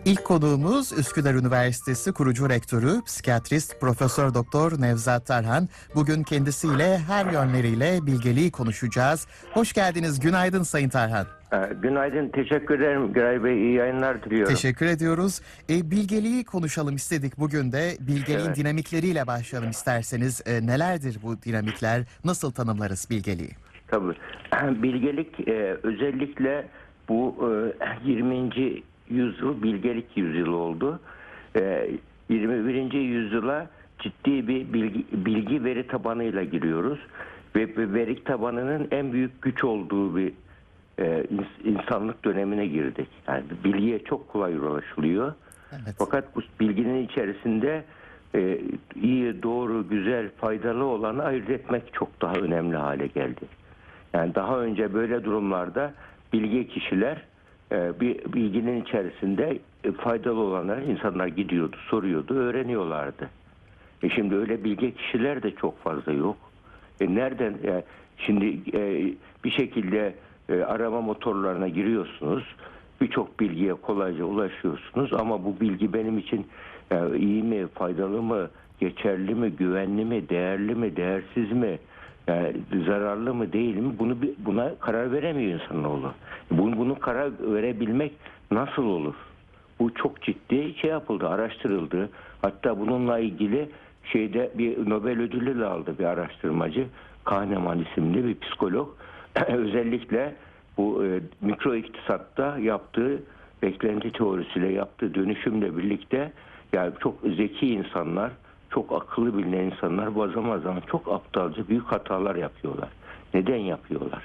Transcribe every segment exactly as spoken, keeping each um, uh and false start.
İlk konuğumuz Üsküdar Üniversitesi kurucu rektörü, psikiyatrist Profesör Doktor Nevzat Tarhan. Bugün kendisiyle her yönleriyle bilgeliği konuşacağız. Hoş geldiniz, günaydın Sayın Tarhan. Ee, Günaydın, teşekkür ederim Güray Bey, iyi yayınlar diliyorum. Teşekkür ediyoruz. E, bilgeliği konuşalım istedik bugün de. Bilgeliğin Evet. dinamikleriyle başlayalım isterseniz. E, nelerdir bu dinamikler? Nasıl tanımlarız bilgeliği? Tabii. Bilgelik e, özellikle bu e, yirminci yüzyıl bilgelik yüzyılı oldu. E, yirmi birinci yüzyıla ciddi bir bilgi, bilgi veri tabanıyla giriyoruz. Ve bu veri tabanının en büyük güç olduğu bir e, insanlık dönemine girdik. Yani bilgiye çok kolay ulaşılıyor. Evet. Fakat bu bilginin içerisinde e, iyi, doğru, güzel, faydalı olanı ayırt etmek çok daha önemli hale geldi. Yani daha önce böyle durumlarda bilge kişiler e, bir bilginin içerisinde e, faydalı olanları insanlar gidiyordu, soruyordu, öğreniyorlardı. E şimdi öyle bilge kişiler de çok fazla yok. E nereden? E, şimdi e, bir şekilde e, arama motorlarına giriyorsunuz, birçok bilgiye kolayca ulaşıyorsunuz ama bu bilgi benim için e, iyi mi, faydalı mı, geçerli mi, güvenli mi, değerli mi, değersiz mi? Yani zararlı mı değil mi? Bunu buna karar veremiyor insanoğlu. Bunu, bunu karar verebilmek nasıl olur? Bu çok ciddi şey yapıldı, araştırıldı. Hatta bununla ilgili şeyde bir Nobel ödülü de aldı bir araştırmacı. Kahneman isimli bir psikolog. Özellikle bu e, mikro iktisatta yaptığı beklenti teorisiyle yaptığı dönüşümle birlikte yani çok zeki insanlar, çok akıllı bilinen insanlar bazen zaman çok aptalca büyük hatalar yapıyorlar. Neden yapıyorlar?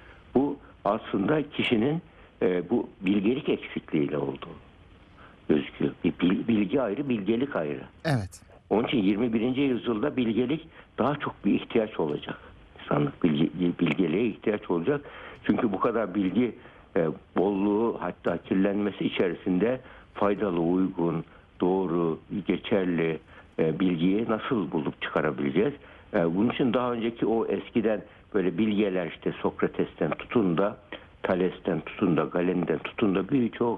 Bu aslında kişinin e, bu bilgelik eksikliğiyle olduğu gözüküyor. Bir bilgi ayrı, bilgelik ayrı. Evet. Onun için yirmi birinci yüzyılda bilgelik daha çok bir ihtiyaç olacak. İnsanlık bilgi, bilgeliğe ihtiyaç olacak. Çünkü bu kadar bilgi e, bolluğu hatta kirlenmesi içerisinde faydalı, uygun, doğru, geçerli e, bilgiyi nasıl bulup çıkarabileceğiz? E, bunun için daha önceki o eskiden böyle bilgeler işte Sokrates'ten tutun da Thales'ten tutun da Galen'den tutun da birçok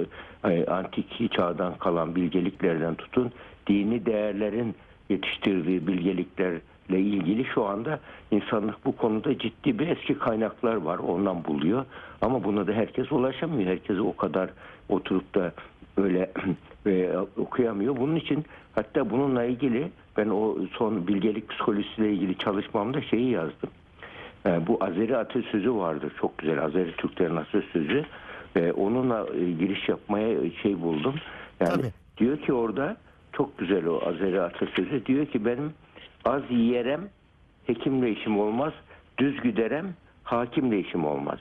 e, antik çağdan kalan bilgeliklerden tutun dini değerlerin yetiştirdiği bilgeliklerle ilgili şu anda insanlık bu konuda ciddi bir eski kaynaklar var. Ondan buluyor. Ama buna da herkes ulaşamıyor. Herkes o kadar oturup da öyle e, okuyamıyor. Bunun için hatta bununla ilgili ben o son bilgelik psikolojisiyle ilgili çalışmamda şeyi yazdım. E, bu Azeri atasözü vardır. Çok güzel. Azeri Türklerin atasözü. E, onunla e, giriş yapmaya şey buldum. Yani Tabii. diyor ki orada çok güzel o Azeri atasözü. Diyor ki benim az yiyerem hekimle işim olmaz. Düz güderem hakimle işim olmaz.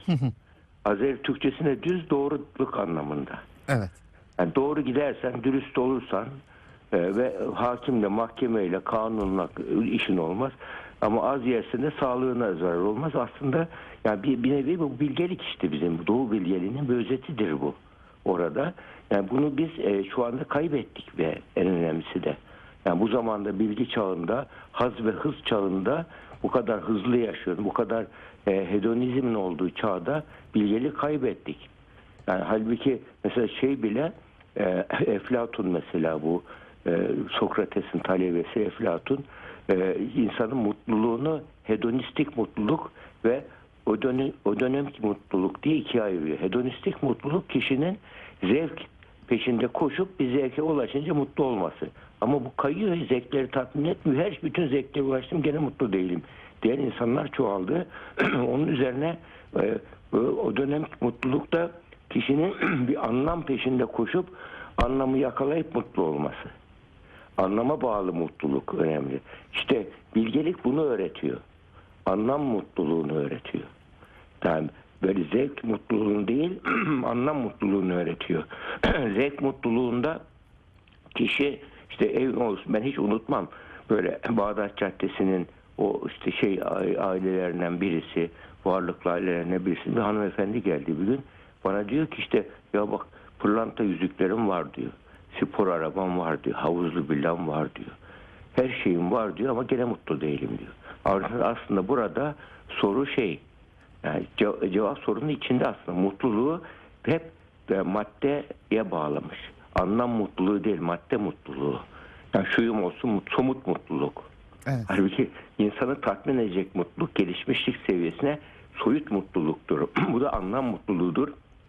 Azeri Türkçesine düz doğruluk anlamında. Evet. Yani doğru gidersen, dürüst olursan e, ve hakimle, mahkemeyle, kanunla işin olmaz. Ama az yersin de sağlığına zarar olmaz. Aslında yani bir, bir nevi bu bilgelik işte bizim. Doğu bilgeliğinin bir özetidir bu orada. Yani bunu biz e, şu anda kaybettik ve en önemlisi de. Yani bu zamanda bilgi çağında, haz ve hız çağında bu kadar hızlı yaşıyoruz. Bu kadar e, hedonizmin olduğu çağda bilgeliği kaybettik. Yani halbuki mesela şey bile e, Eflatun mesela bu e, Sokrates'in talebesi Eflatun e, insanın mutluluğunu hedonistik mutluluk ve o dönem, o dönemki mutluluk diye ikiye ayırıyor. Hedonistik mutluluk kişinin zevk peşinde koşup bir zevke ulaşınca mutlu olması. Ama bu kayıyor, zevkleri tatmin etmiyor. Her bütün zevklere ulaştım gene mutlu değilim diyen insanlar çoğaldı. Onun üzerine e, o dönem mutlulukta kişinin bir anlam peşinde koşup anlamı yakalayıp mutlu olması. Anlama bağlı mutluluk önemli. İşte bilgelik bunu öğretiyor. Anlam mutluluğunu öğretiyor. Yani böyle zevk mutluluğunu değil, anlam mutluluğunu öğretiyor. Zevk mutluluğunda kişi işte ev olsun, ben hiç unutmam. Böyle Bağdat Caddesi'nin o işte şey ailelerinden birisi, varlıklı ailelerinden birisi bir hanımefendi geldi bir gün. Bana diyor ki işte ya bak pırlanta yüzüklerim var diyor. Spor arabam var diyor. Havuzlu villam var diyor. Her şeyim var diyor ama gene mutlu değilim diyor. Aslında burada soru şey, yani cevap sorunun içinde aslında mutluluğu hep maddeye bağlamış. anlam mutluluğu değil, madde mutluluğu. Yani şuyum olsun, somut mutluluk. Evet. Halbuki insanı tatmin edecek mutluluk gelişmişlik seviyesine soyut mutluluktur. Bu da anlam mutluluğudur.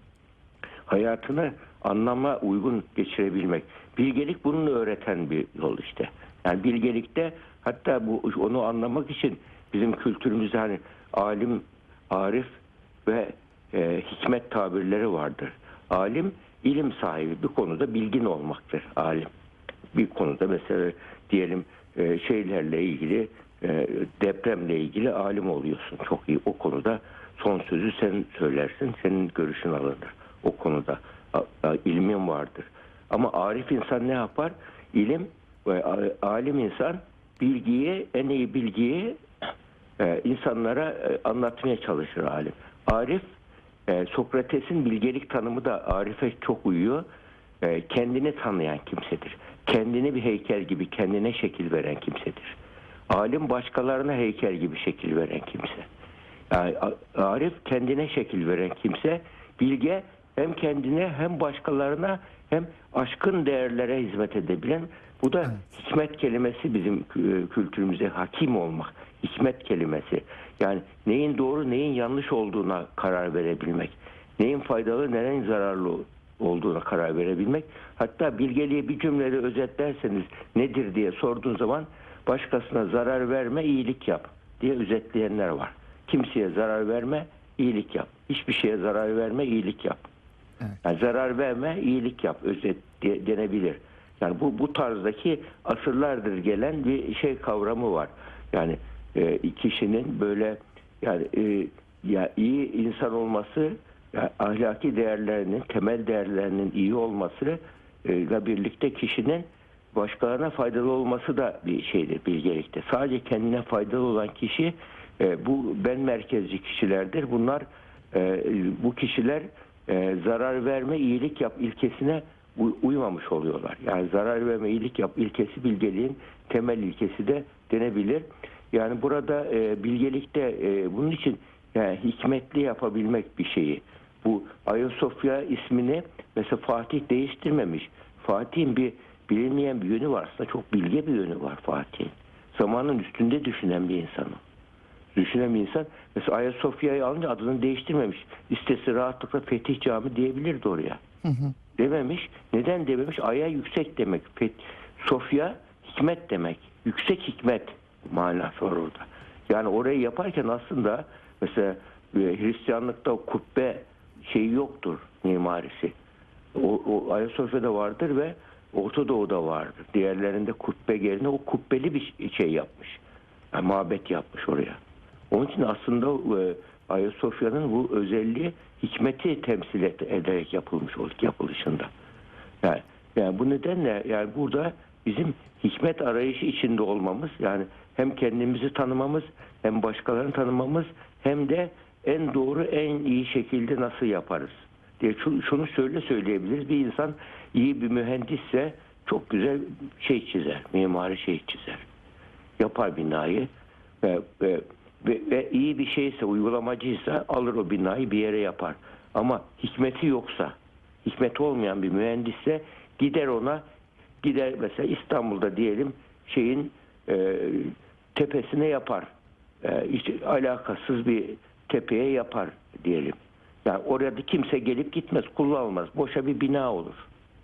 Hayatını anlama uygun geçirebilmek. Bilgelik bunu öğreten bir yol işte. Yani bilgelikte hatta bu onu anlamak için bizim kültürümüzde hani alim, arif ve e, hikmet tabirleri vardır. Alim ilim sahibi, bir konuda bilgin olmaktır alim. Bir konuda mesela diyelim e, şeylerle ilgili e, depremle ilgili alim oluyorsun. Çok iyi o konuda son sözü sen söylersin. Senin görüşün alınır. O konuda a, a, ilmin vardır. Ama arif insan ne yapar? İlim ve alim insan bilgiyi, en iyi bilgiyi e, insanlara e, anlatmaya çalışır alim. Arif, e, Sokrates'in bilgelik tanımı da Arif'e çok uyuyor. E, kendini tanıyan kimsedir. Kendini bir heykel gibi kendine şekil veren kimsedir. Alim başkalarına heykel gibi şekil veren kimse. Yani Arif kendine şekil veren kimse. Bilge hem kendine hem başkalarına hem aşkın değerlere hizmet edebilen. Bu da evet. Hikmet kelimesi bizim kültürümüze hakim olmak. Hikmet kelimesi. Yani neyin doğru neyin yanlış olduğuna karar verebilmek. Neyin faydalı neyin zararlı olduğuna karar verebilmek. Hatta bilgeliği bir cümlede özetlerseniz nedir diye sorduğun zaman başkasına zarar verme, iyilik yap diye özetleyenler var. Kimseye zarar verme, iyilik yap. Hiçbir şeye zarar verme, iyilik yap. Evet. Yani zarar verme, iyilik yap özet diye denebilir. Yani bu bu tarzdaki asırlardır gelen bir şey kavramı var. Yani e, kişinin böyle yani e, ya iyi insan olması, yani ahlaki değerlerinin, temel değerlerinin iyi olması ile birlikte kişinin başkalarına faydalı olması da bir şeydir bilgelikte. Sadece kendine faydalı olan kişi e, bu ben merkezci kişilerdir. Bunlar e, bu kişiler e, zarar verme, iyilik yap ilkesine uymamış oluyorlar. Yani zarar verme, iyilik yap ilkesi bilgeliğin temel ilkesi de denebilir. Yani burada e, bilgelikte e, bunun için yani hikmetli yapabilmek bir şeyi. Bu Ayasofya ismini mesela Fatih değiştirmemiş. Fatih'in bir bilinmeyen bir yönü var. Aslında çok bilge bir yönü var Fatih'in. Zamanın üstünde düşünen bir insan o. Düşünen bir insan. Mesela Ayasofya'yı alınca adını değiştirmemiş. İstese rahatlıkla Fetih Cami diyebilirdi oraya. Hı hı. Dememiş. Neden dememiş? Ay'a yüksek demek. Feth, Sofya hikmet demek. Yüksek hikmet manası var orada. Yani orayı yaparken aslında mesela Hristiyanlıkta kubbe şeyi yoktur mimarisi. O, o Ayasofya'da vardır ve Orta Doğu'da vardır. Diğerlerinde kubbe yerine o kubbeli bir şey yapmış. Yani mabet yapmış oraya. Onun için aslında e, Ayasofya'nın bu özelliği hikmeti temsil ederek yapılmış olduk yapılışında. Yani, yani bu nedenle yani burada bizim hikmet arayışı içinde olmamız, yani hem kendimizi tanımamız, hem başkalarını tanımamız, hem de en doğru, en iyi şekilde nasıl yaparız diye şunu şöyle söyleyebiliriz. Bir insan iyi bir mühendisse çok güzel şey çizer, mimari şey çizer. Yapar binayı ve, ve, ve, ve iyi bir şeyse, uygulamacıysa alır o binayı bir yere yapar. Ama hikmeti yoksa, hikmeti olmayan bir mühendisse gider ona, gider mesela İstanbul'da diyelim şeyin e, tepesine yapar. E, hiç alakasız bir tepeye yapar diyelim. Yani oraya da kimse gelip gitmez, kullanılmaz. Boşa bir bina olur.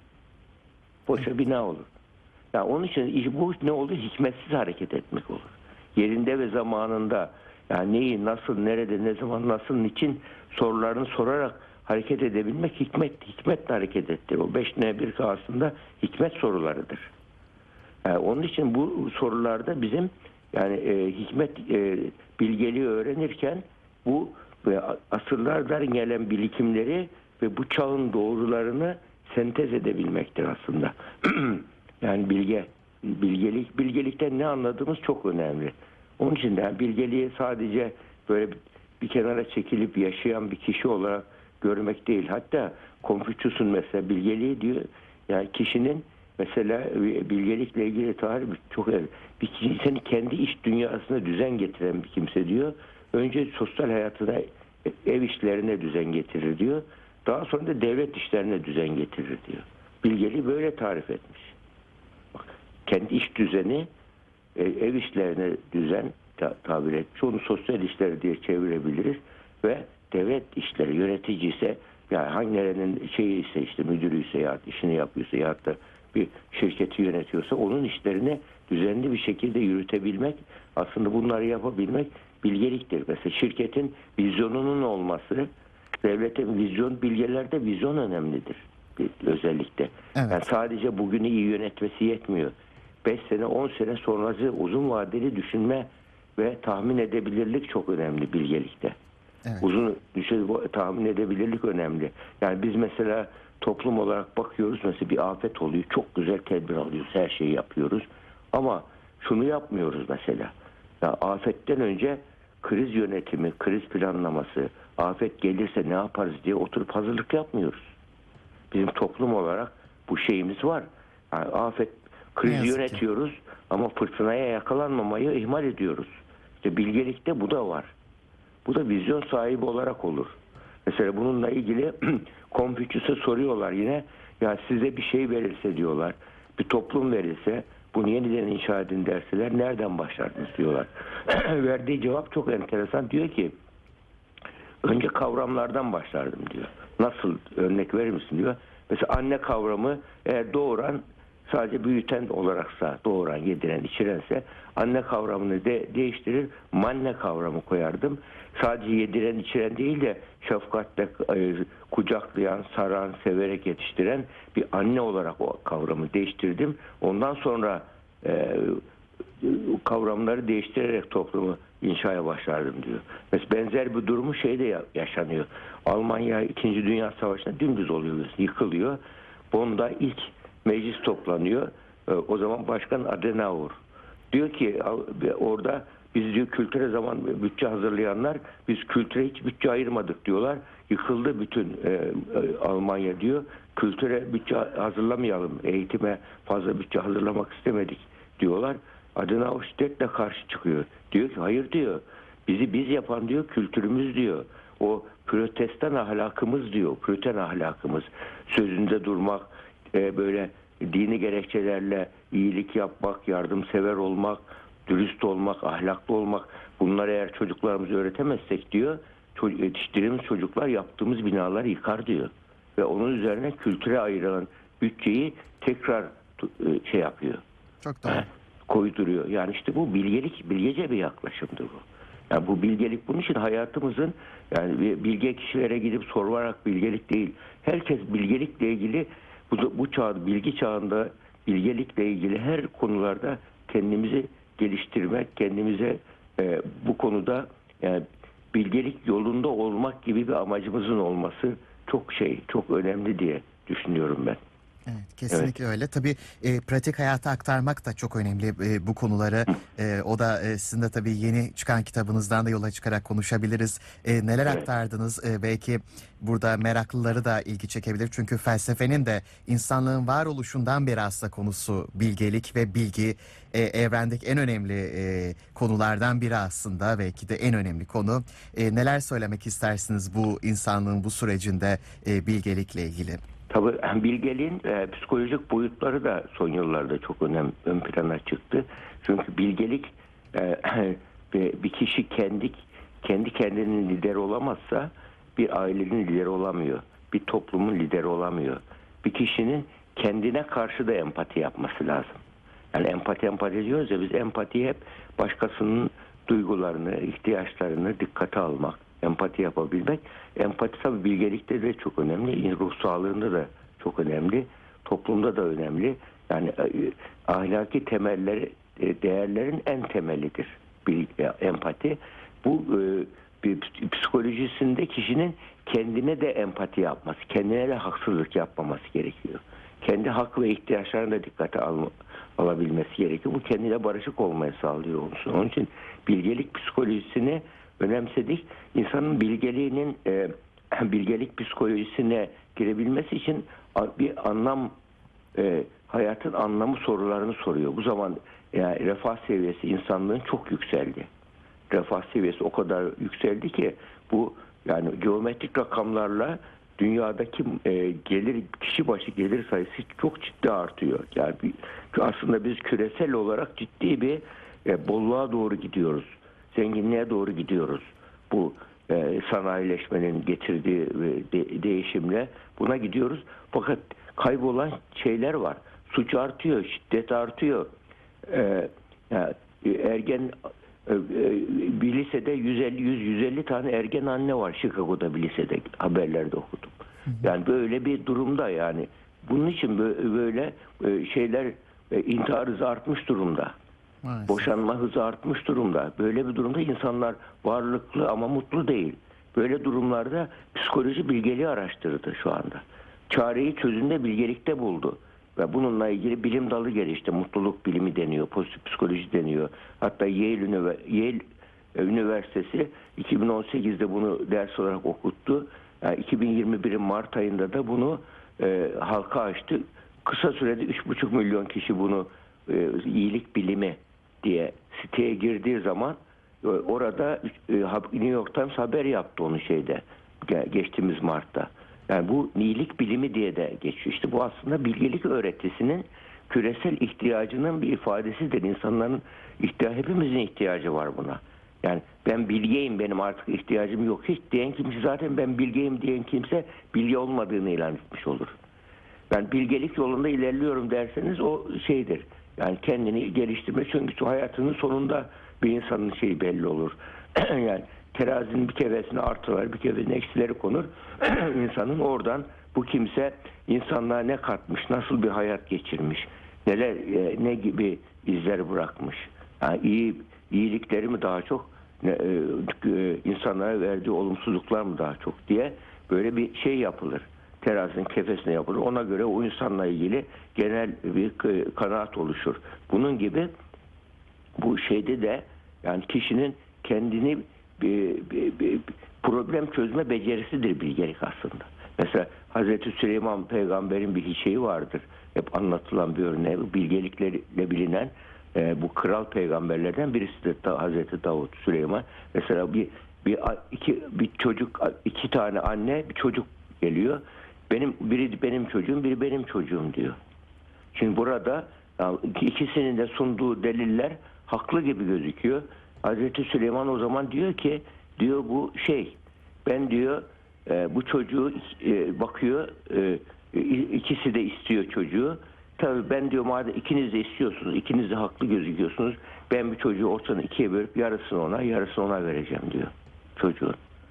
Boşa bina olur. Yani onun için bu ne olur? Hikmetsiz hareket etmek olur. Yerinde ve zamanında yani neyi, nasıl, nerede, ne zaman, nasıl, için sorularını sorarak hareket edebilmek hikmet, hikmetle hareket ettir. O beş ne bir aslında hikmet sorularıdır. Yani onun için bu sorularda bizim yani e, hikmet e, bilgeliği öğrenirken bu ve asırlardan gelen birikimleri ve bu çağın doğrularını sentez edebilmektir aslında. Yani bilge, bilgelik, bilgelikten ne anladığımız çok önemli. Onun için de yani bilgeliği sadece böyle bir kenara çekilip yaşayan bir kişi olarak görmek değil. Hatta Konfüçyüs'ün mesela bilgeliği diyor, yani kişinin mesela bilgelikle ilgili tarih çok önemli. Bir kişi seni kendi iç dünyasına düzen getiren bir kimse diyor. Önce sosyal hayatına, ev işlerine düzen getirir diyor. Daha sonra da devlet işlerine düzen getirir diyor. bilgeliği böyle tarif etmiş. Bak, kendi iş düzeni, e, ev işlerine düzen ta- tabir etmiş. Onu sosyal işler diye çevirebiliriz ve devlet işleri, yönetici ise yani hangilerinin şeyi ise işte müdürü ise ya işini yapıyorsa ya da bir şirketi yönetiyorsa onun işlerini düzenli bir şekilde yürütebilmek, aslında bunları yapabilmek bilgeliktir. Mesela şirketin vizyonunun olması, devletin vizyon, bilgelerde vizyon önemlidir özellikle. Evet. Yani sadece bugünü iyi yönetmesi yetmiyor. beş sene on sene sonrası uzun vadeli düşünme ve tahmin edebilirlik çok önemli bilgelikte. Evet. Uzun düşün, tahmin edebilirlik önemli. Yani biz mesela toplum olarak bakıyoruz, mesela bir afet oluyor, çok güzel tedbir alıyoruz, her şeyi yapıyoruz. Ama şunu yapmıyoruz mesela. Ya afetten önce kriz yönetimi, kriz planlaması, afet gelirse ne yaparız diye oturup hazırlık yapmıyoruz. Bizim toplum olarak bu şeyimiz var. Yani afet, kriz yönetiyoruz ama fırtınaya yakalanmamayı ihmal ediyoruz. İşte bilgelikte bu da var. Bu da vizyon sahibi olarak olur. Mesela bununla ilgili Konfüçyüs'e soruyorlar yine, ya size bir şey verilse diyorlar, bir toplum verilse bunu yeniden inşa edin derseler nereden başlardınız diyorlar. Verdiği cevap çok enteresan, diyor ki önce kavramlardan başlardım diyor. Nasıl, örnek verir misin diyor. Mesela anne kavramı, eğer doğuran sadece büyüten olaraksa, doğuran, yediren, içirense anne kavramını de değiştirir, manne kavramı koyardım. Sadece yediren, içiren değil de şefkatle e, kucaklayan, saran, severek yetiştiren bir anne olarak o kavramı değiştirdim. Ondan sonra e, kavramları değiştirerek toplumu inşaya başlardım diyor. Mesela benzer bir durumu şeyde yaşanıyor. Almanya ikinci. Dünya Savaşı'nda dümdüz oluyor, yıkılıyor. Bonn'da ilk meclis toplanıyor. O zaman Başkan Adenauer diyor ki orada biz diyor kültüre zaman bütçe hazırlayanlar biz kültüre hiç bütçe ayırmadık diyorlar. Yıkıldı bütün e, e, Almanya diyor. Kültüre bütçe hazırlamayalım. Eğitime fazla bütçe hazırlamak istemedik diyorlar. Adenauer şiddetle karşı çıkıyor. Diyor ki hayır diyor. Bizi biz yapan diyor kültürümüz diyor. O protestan ahlakımız diyor. Prüten ahlakımız. Sözünde durmak, e, böyle dini gerekçelerle iyilik yapmak, yardımsever olmak, dürüst olmak, ahlaklı olmak, bunları eğer çocuklarımıza öğretemezsek diyor, yetiştirdiğimiz çocuklar yaptığımız binaları yıkar diyor. Ve onun üzerine kültüre ayrılan bütçeyi tekrar şey yapıyor. Çok doğru. Koyduruyor. Yani işte bu bilgelik, bilgece bir yaklaşımdır bu. Yani bu bilgelik bunun için hayatımızın, yani bilge kişilere gidip sorarak bilgelik değil. Herkes bilgelikle ilgili bu, bu çağ, bilgi çağında bilgelikle ilgili her konularda kendimizi geliştirmek, kendimize e, bu konuda yani bilgelik yolunda olmak gibi bir amacımızın olması çok şey, çok önemli diye düşünüyorum ben. Evet, kesinlikle evet. Öyle. Tabii e, pratik hayata aktarmak da çok önemli e, bu konuları. E, o da e, sizin de tabii yeni çıkan kitabınızdan da yola çıkarak konuşabiliriz. E, neler evet. aktardınız? E, belki burada meraklıları da ilgi çekebilir. Çünkü felsefenin de insanlığın varoluşundan beri aslında konusu bilgelik ve bilgi. E, evrendeki en önemli e, konulardan biri aslında. Belki de en önemli konu. E, neler söylemek istersiniz bu insanlığın bu sürecinde e, bilgelikle ilgili? Tabii bilgeliğin e, psikolojik boyutları da son yıllarda çok önem, ön plana çıktı. Çünkü bilgelik e, bir kişi kendi kendi kendinin lideri olamazsa bir ailenin lideri olamıyor. Bir toplumun lideri olamıyor. Bir kişinin kendine karşı da empati yapması lazım. Yani empati empati diyoruz ya, biz empatiyi hep başkasının duygularını, ihtiyaçlarını dikkate almak, empati yapabilmek. Empati tabii bilgelikte de çok önemli. Ruh sağlığında da çok önemli. Toplumda da önemli. Yani ahlaki temelleri, değerlerin en temelidir empati. Bu bir psikolojisinde kişinin kendine de empati yapması, kendine de haksızlık yapmaması gerekiyor. Kendi hak ve ihtiyaçlarını da dikkate alma, alabilmesi gerekiyor. Bu kendiyle barışık olmayı sağlıyor olsun. Onun için bilgelik psikolojisini önemsedik. İnsanın bilgeliğinin e, bilgelik psikolojisine girebilmesi için bir anlam, e, hayatın anlamı sorularını soruyor. Bu zaman yani refah seviyesi insanlığın çok yükseldi. Refah seviyesi o kadar yükseldi ki bu yani geometrik rakamlarla dünyadaki e, gelir kişi başı gelir sayısı çok ciddi artıyor. Yani bir, aslında biz küresel olarak ciddi bir e, bolluğa doğru gidiyoruz. Zenginliğe doğru gidiyoruz. Bu e, sanayileşmenin getirdiği e, de, değişimle buna gidiyoruz. Fakat kaybolan şeyler var. Suç artıyor, şiddet artıyor. E, yani, ergen e, e, bir lisede yüz elli yüz elli tane ergen anne var Chicago'da bir lisede, haberlerde okudum. Yani böyle bir durumda yani. Bunun için böyle şeyler, intihar hızı artmış durumda. Maalesef. Boşanma hızı artmış durumda. Böyle bir durumda insanlar varlıklı ama mutlu değil. Böyle durumlarda psikoloji bilgeliği araştırdı şu anda. Çareyi çözümde bilgelikte buldu. Ve bununla ilgili bilim dalı gelişti. Mutluluk bilimi deniyor, pozitif psikoloji deniyor. Hatta Yale, Ünivers- Yale Üniversitesi iki bin on sekizde bunu ders olarak okuttu. Yani iki bin yirmi birin Mart ayında da bunu e, halka açtı. Kısa sürede üç buçuk milyon kişi bunu e, iyilik bilimi diye siteye girdiği zaman e, orada e, New York Times haber yaptı onu şeyde geçtiğimiz Mart'ta. Yani bu iyilik bilimi diye de geçiyor. İşte bu aslında bilgelik öğretisinin küresel ihtiyacının bir ifadesidir. İnsanların ihtiyacı, hepimizin ihtiyacı var buna. Yani ben bilgeyim, benim artık ihtiyacım yok hiç diyen kimse, zaten ben bilgeyim diyen kimse bilgi olmadığını ilan etmiş olur. Ben bilgelik yolunda ilerliyorum derseniz o şeydir. Yani kendini geliştirme, çünkü hayatının sonunda bir insanın şeyi belli olur. Yani terazinin bir kefesine artılar, bir kefesine eksileri konur. İnsanın oradan bu kimse insanlığa ne katmış, nasıl bir hayat geçirmiş, neler ne gibi izler bırakmış. Yani iyi iyilikleri mi daha çok, ne, e, insanlara verdiği olumsuzluklar mı daha çok diye böyle bir şey yapılır. Terazinin kefesine yapılır. Ona göre o insanla ilgili genel bir kanaat oluşur. Bunun gibi bu şeyde de yani kişinin kendini bir, bir, bir problem çözme becerisidir bilgelik aslında. Mesela Hazreti Süleyman peygamberin bir şeyi vardır. Hep anlatılan bir örneği. Bilgeliklerle bilinen e, bu kral peygamberlerden birisi de Hazreti Davut, Süleyman. Mesela bir bir iki bir çocuk, iki tane anne, bir çocuk geliyor. Benim biri benim çocuğum, biri benim çocuğum diyor. Şimdi burada yani ikisinin de sunduğu deliller haklı gibi gözüküyor. Hazreti Süleyman o zaman diyor ki, diyor bu şey, ben diyor e, bu çocuğu e, bakıyor, e, ikisi de istiyor çocuğu. Tabii ben diyor madem ikiniz de istiyorsunuz, ikiniz de haklı gözüküyorsunuz, ben bir çocuğu ortadan ikiye bölüp yarısını ona, yarısını ona vereceğim diyor çocuğun.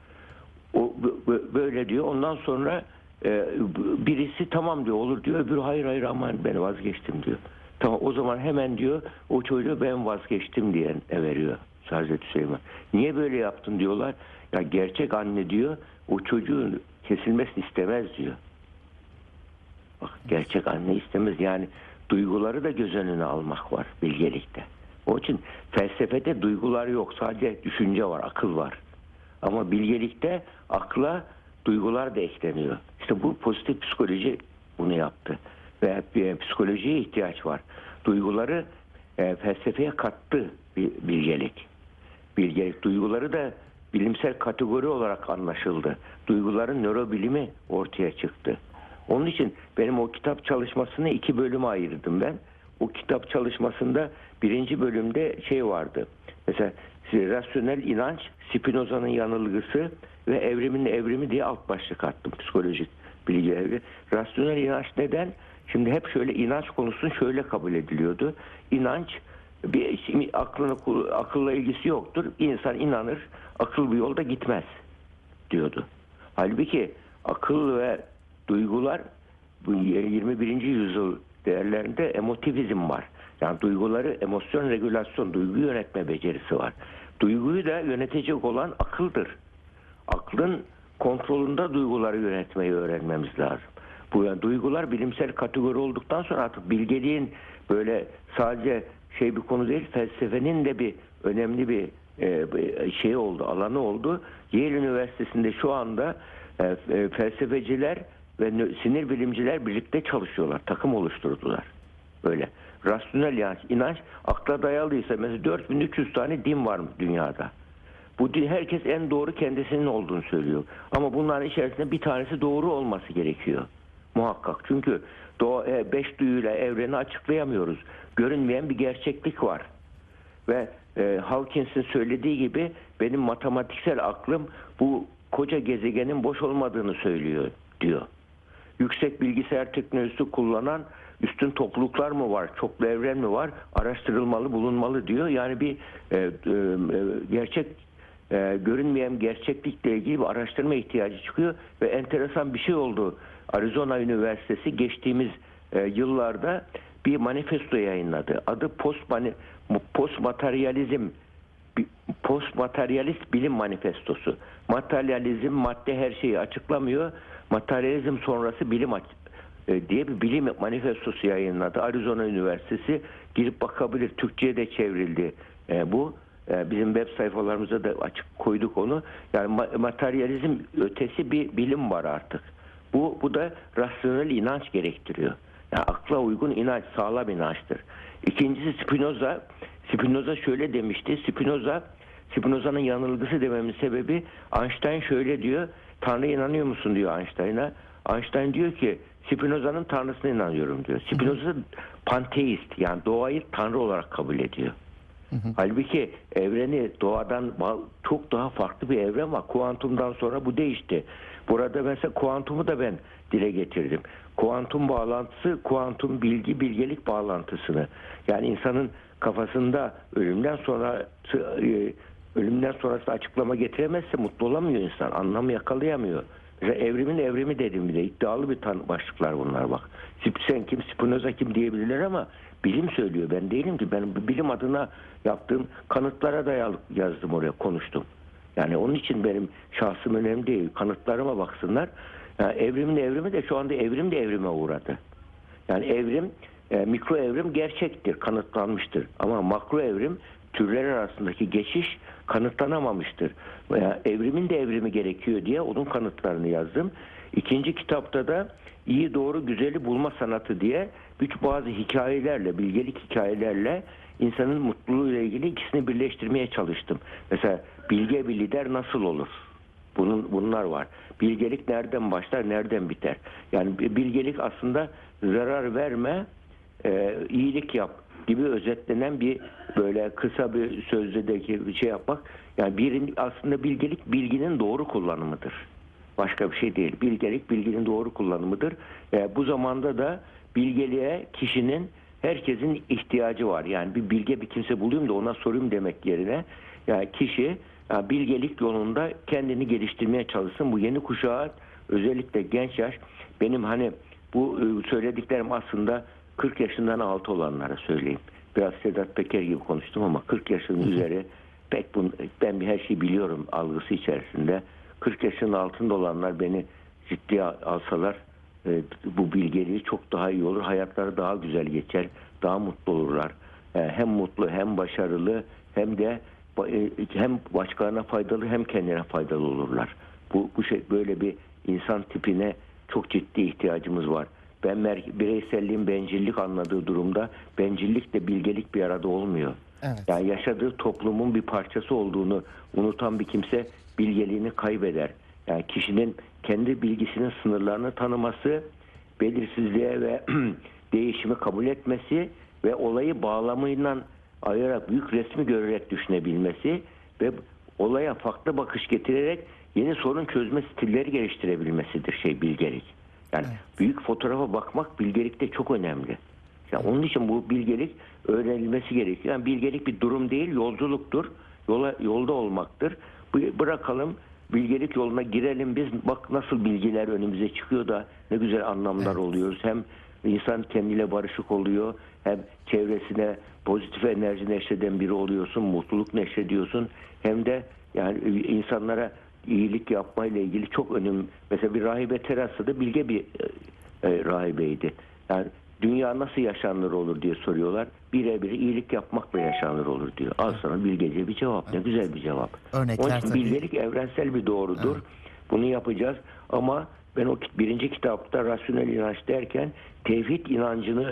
O böyle diyor. Ondan sonra e, birisi tamam diyor, olur diyor. Öbürü hayır hayır aman ben vazgeçtim diyor. Tamam o zaman hemen diyor o çocuğu ben vazgeçtim diye veriyor Hazreti Süleyman. Niye böyle yaptın diyorlar. Ya gerçek anne diyor o çocuğun kesilmesini istemez diyor. Bak gerçek anne istemez. Yani duyguları da göz önüne almak var bilgelikte. Onun için felsefede duygular yok. Sadece düşünce var, akıl var. Ama bilgelikte akla duygular da ekleniyor. İşte bu pozitif psikoloji bunu yaptı. Ve e, psikolojiye ihtiyaç var. Duyguları e, felsefeye kattı bilgelik. Bilgelik duyguları da bilimsel kategori olarak anlaşıldı. Duyguların nörobilimi ortaya çıktı. Onun için benim o kitap çalışmasını iki bölüme ayırdım ben. O kitap çalışmasında birinci bölümde şey vardı. Mesela rasyonel inanç, Spinoza'nın yanılgısı ve evrimin evrimi diye alt başlık attım psikolojik bilgileri. Rasyonel inanç neden? Şimdi hep şöyle inanç konusunu şöyle kabul ediliyordu. İnanç bir aklına, akılla ilgisi yoktur. İnsan inanır, akıl bir yolda gitmez diyordu. Halbuki akıl ve duygular bu yirmi birinci yüzyıl değerlerinde emotivizm var. Yani duyguları, emosyon regülasyon, duygu yönetme becerisi var. Duyguyu da yönetecek olan akıldır. Aklın kontrolünde duyguları yönetmeyi öğrenmemiz lazım. Bu yani duygular bilimsel kategori olduktan sonra artık bilgeliğin böyle sadece şey bir konu değil, felsefenin de bir önemli bir e, şey oldu, alanı oldu. Yale Üniversitesi'nde şu anda e, e, felsefeciler ve sinir bilimciler birlikte çalışıyorlar, takım oluşturdular. Böyle rasyonel yani inanç akla dayalıysa mesela dört bin üç yüz tane din var dünyada. Bu din, herkes en doğru kendisinin olduğunu söylüyor. Ama bunların içerisinde bir tanesi doğru olması gerekiyor. Muhakkak. Çünkü doğa, e, beş duyuyla evreni açıklayamıyoruz. Görünmeyen bir gerçeklik var. Ve e, Hawkins'in söylediği gibi benim matematiksel aklım bu koca gezegenin boş olmadığını söylüyor diyor. Yüksek bilgisayar teknolojisi kullanan üstün topluluklar mı var, çoklu evren mi var, araştırılmalı, bulunmalı diyor. Yani bir e, e, gerçek e, görünmeyen gerçeklikle ilgili bir araştırma ihtiyacı çıkıyor ve enteresan bir şey oldu. Arizona Üniversitesi geçtiğimiz e, yıllarda bir manifesto yayınladı. Adı Post Postmateryalizm Postmateryalist Bilim Manifestosu. Materyalizm madde her şeyi açıklamıyor. Materyalizm sonrası bilim aç e, diye bir bilim manifestosu yayınladı. Arizona Üniversitesi girip bakabilir. Türkçe'ye de çevrildi e, bu. E, bizim web sayfalarımıza da açık koyduk onu. Yani ma materyalizm ötesi bir bilim var artık. Bu bu da rasyonel inanç gerektiriyor. Yani akla uygun inanç, sağlam inançtır. İkincisi Spinoza. Spinoza şöyle demişti. Spinoza, Spinoza'nın yanılgısı dememin sebebi Einstein şöyle diyor. Tanrı'ya inanıyor musun diyor Einstein'a. Einstein diyor ki Spinoza'nın Tanrısına inanıyorum diyor. Spinoza panteist, yani doğayı Tanrı olarak kabul ediyor. Hı hı. Halbuki evreni doğadan çok daha farklı bir evren var. Kuantumdan sonra bu değişti. Burada mesela kuantumu da ben dile getirdim. Kuantum bağlantısı, kuantum bilgi, bilgelik bağlantısını. Yani insanın kafasında ölümden sonra ölümden sonrası açıklama getiremezse mutlu olamıyor insan. Anlamı yakalayamıyor. Mesela evrimin evrimi dedim bile. İddialı bir tan başlıklar bunlar bak. Sen kim, Spinoza kim diyebilirler ama bilim söylüyor. Ben değilim ki. Ben bilim adına yaptığım kanıtlara dayalı yazdım oraya, konuştum. Yani onun için benim şahsım önemli değil. Kanıtlarıma baksınlar. Yani evrimin evrimi de şu anda evrim de evrime uğradı. Yani evrim, e, mikro evrim gerçektir, kanıtlanmıştır. Ama makro evrim, türler arasındaki geçiş kanıtlanamamıştır. Veya evrimin de evrimi gerekiyor diye onun kanıtlarını yazdım. İkinci kitapta da iyi, doğru, güzeli bulma sanatı diye güç bazı hikayelerle, bilgelik hikayelerle insanın mutluluğuyla ilgili ikisini birleştirmeye çalıştım. Mesela bilge bir lider nasıl olur? Bunun, bunlar var. Bilgelik nereden başlar, nereden biter? Yani bilgelik aslında zarar verme, e, iyilik yap gibi özetlenen bir böyle kısa bir sözdeki bir şey yapmak. Yani birin, aslında bilgelik bilginin doğru kullanımıdır. Başka bir şey değil. Bilgelik bilginin doğru kullanımıdır. E, bu zamanda da bilgeliğe kişinin, herkesin ihtiyacı var. Yani bir bilge bir kimse bulayım da ona sorayım demek yerine, yani kişi yani bilgelik yolunda kendini geliştirmeye çalışsın. Bu yeni kuşağa, özellikle genç yaş, benim hani bu söylediklerim aslında kırk yaşından altı olanlara söyleyeyim. Biraz Sedat Peker gibi konuştum ama kırk yaşının üzeri pek bunu, ben bir her şeyi biliyorum algısı içerisinde. kırk yaşının altında olanlar beni ciddiye alsalar e, bu bilgeliği çok daha iyi olur. Hayatları daha güzel geçer. Daha mutlu olurlar. E, hem mutlu, hem başarılı, hem de hem başkalarına faydalı, hem kendine faydalı olurlar. Bu, bu şey, böyle bir insan tipine çok ciddi ihtiyacımız var. Ben bireyselliğin bencillik anladığı durumda bencillikle bilgelik bir arada olmuyor. Evet. Yani yaşadığı toplumun bir parçası olduğunu unutan bir kimse bilgeliğini kaybeder. Yani kişinin kendi bilgisinin sınırlarını tanıması, belirsizliğe ve değişimi kabul etmesi ve olayı bağlamıyla ayırarak, büyük resmi görerek düşünebilmesi ve olaya farklı bakış getirerek yeni sorun çözme stilleri geliştirebilmesidir şey bilgelik. Yani evet. Büyük fotoğrafa bakmak bilgelikte çok önemli. Yani onun için bu bilgelik öğrenilmesi gerekiyor. Yani bilgelik bir durum değil, yolculuktur. Yola, yolda olmaktır. Bırakalım, bilgelik yoluna girelim biz. Bak nasıl bilgiler önümüze çıkıyor da ne güzel anlamlar evet. oluyoruz. Hem insan kendiyle barışık oluyor, hem çevresine pozitif enerji neşreden biri oluyorsun, mutluluk neşrediyorsun. Hem de yani insanlara iyilik yapmayla ilgili çok önemli. Mesela bir rahibe Teresa da bilge bir e, rahibeydi. Yani dünya nasıl yaşanır olur diye soruyorlar. Birebir iyilik yapmakla yaşanır olur diyor. Al sana bilgece bir cevap. Ne güzel bir cevap. Örnekler Onun için tabii. bilgelik evrensel bir doğrudur. Evet. Bunu yapacağız. Ama ben o birinci kitapta rasyonel inanç derken tevhid inancını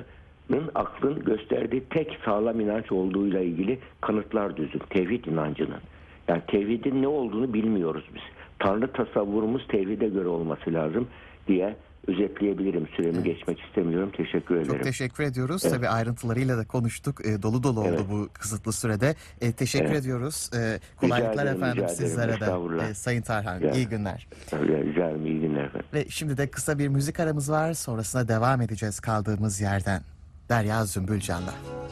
aklın gösterdiği tek sağlam inanç olduğuyla ilgili kanıtlar düzdüm. Tevhid inancının. Yani tevhidin ne olduğunu bilmiyoruz biz. Tanrı tasavvurumuz tevhide göre olması lazım diye özetleyebilirim. Süremi Evet. geçmek istemiyorum. Teşekkür ederim. Çok teşekkür ediyoruz. Evet. Tabii ayrıntılarıyla da konuştuk. E, dolu dolu oldu Evet. bu kısıtlı sürede. E, teşekkür Evet. ediyoruz. E, kolaylıklar ederim, efendim rica ederim. sizlere de. Estağfurullah. E, Sayın Tarhan, Rica- iyi günler. Rica ederim. İyi günler efendim. Ve şimdi de kısa bir müzik aramız var. Sonrasında devam edeceğiz kaldığımız yerden. Derya Zümbülcan'la.